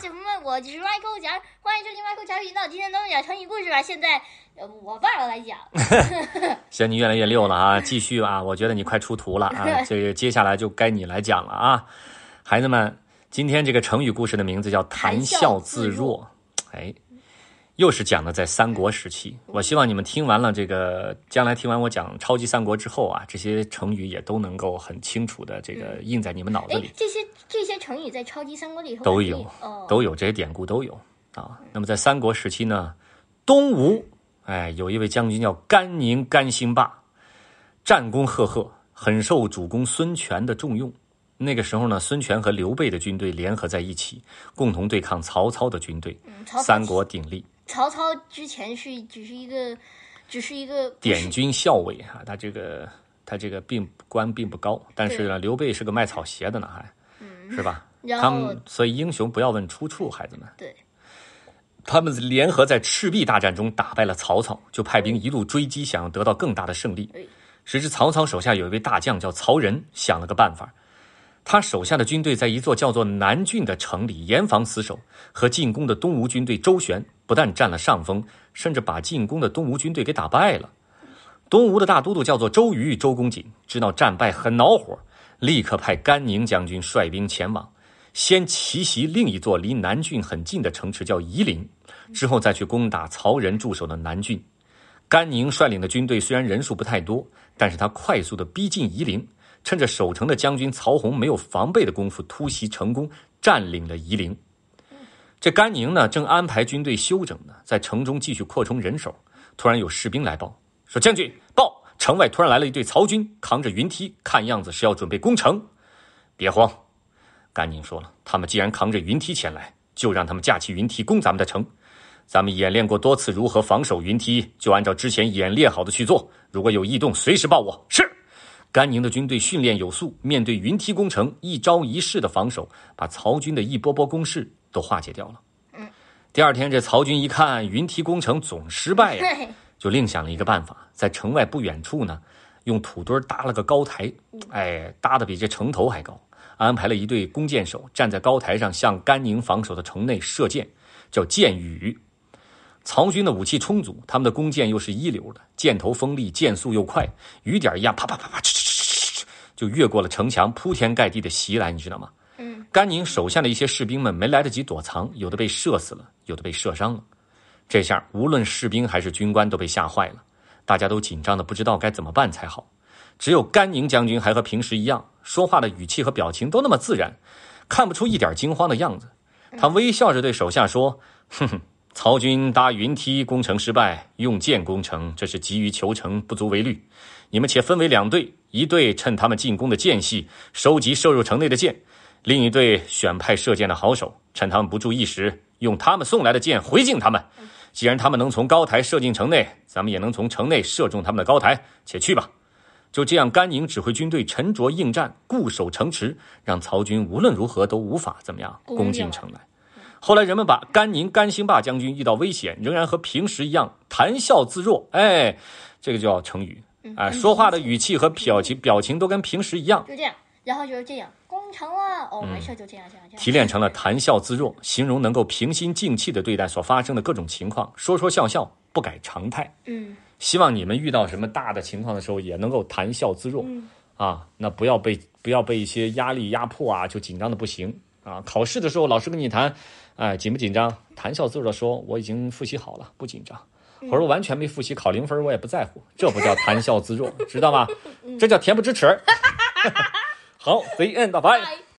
小朋友们，我就是 Michael 讲，欢迎收听 Michael 讲频道。今天咱们讲成语故事吧。现在我爸爸来讲。 行，你越来越溜了啊！继续啊，我觉得你快出图了啊！这个接下来就该你来讲了啊，孩子们，今天这个成语故事的名字叫谈笑自若。哎，又是讲的在三国时期。我希望你们听完了这个，将来听完我讲超级三国之后啊，这些成语也都能够很清楚的这个印在你们脑子里。 这些成语在超级三国里头都有，都有，这些典故都有啊。那么在三国时期呢，东吴有一位将军叫甘宁甘兴霸，战功赫赫，很受主公孙权的重用。那个时候呢，孙权和刘备的军队联合在一起，共同对抗曹操的军队，三国鼎立。 曹操之前只是一个点军校尉啊，他这个官并不高，但是呢，刘备是个卖草鞋的呢，是吧？他们所以英雄不要问出处，孩子们。 对， 他们联合在赤壁大战中打败了曹操，就派兵一路追击，想要得到更大的胜利。谁知曹操手下有一位大将叫曹仁，想了个办法。他手下的军队在一座叫做南郡的城里严防死守，和进攻的东吴军队周旋，不但占了上风，甚至把进攻的东吴军队给打败了。东吴的大都督叫做周瑜，周公瑾知道战败很恼火，立刻派甘宁将军率兵前往，先奇袭另一座离南郡很近的城池叫夷陵，之后再去攻打曹仁驻守的南郡。甘宁率领的军队虽然人数不太多，但是他快速地逼近夷陵，趁着守城的将军曹洪没有防备的功夫突袭成功，占领了夷陵。这甘宁呢，正安排军队休整呢，在城中继续扩充人手，突然有士兵来报说：“将军，报，城外突然来了一队曹军，扛着云梯，看样子是要准备攻城。”别慌，甘宁说了，他们既然扛着云梯前来，就让他们架起云梯攻咱们的城。咱们演练过多次如何防守云梯，就按照之前演练好的去做，如果有异动随时报我。是。甘宁的军队训练有素，面对云梯攻城，一招一式的防守，把曹军的一波波攻势都化解掉了。第二天，这曹军一看云梯攻城总失败呀，就另想了一个办法，在城外不远处呢，用土堆搭了个高台，搭得比这城头还高，安排了一队弓箭手站在高台上，向甘宁防守的城内射箭，叫箭雨。曹军的武器充足，他们的弓箭又是一流的，箭头锋利，箭速又快，雨点一样，啪啪啪啪，就越过了城墙，铺天盖地的袭来，你知道吗？甘宁手下的一些士兵们没来得及躲藏，有的被射死了，有的被射伤了。这下无论士兵还是军官都被吓坏了，大家都紧张的不知道该怎么办才好。只有甘宁将军还和平时一样，说话的语气和表情都那么自然，看不出一点惊慌的样子。他微笑着对手下说：“哼哼，曹军搭云梯攻城失败，用箭攻城，这是急于求成，不足为虑。你们且分为两队，一队趁他们进攻的间隙收集射入城内的箭，另一队选派射箭的好手，趁他们不注意时，用他们送来的箭回敬他们。既然他们能从高台射进城内，咱们也能从城内射中他们的高台，且去吧。”就这样，甘宁指挥军队沉着应战，固守城池，让曹军无论如何都无法怎么样攻进城来。后来人们把甘宁甘兴霸将军遇到危险仍然和平时一样谈笑自若，这个叫成语。说话的语气和表情都跟平时一样， 就这样，然后就是这样攻城了，没事，就这样提炼成了谈笑自若，形容能够平心静气地对待所发生的各种情况，说说笑笑，不改常态。希望你们遇到什么大的情况的时候也能够谈笑自若。那不要被一些压力压迫啊，就紧张的不行啊。考试的时候老师跟你谈紧不紧张，谈笑自若的说我已经复习好了，不紧张，或者完全没复习考0分我也不在乎，这不叫谈笑自若，知道吗？这叫恬不知耻。好，The end，拜拜。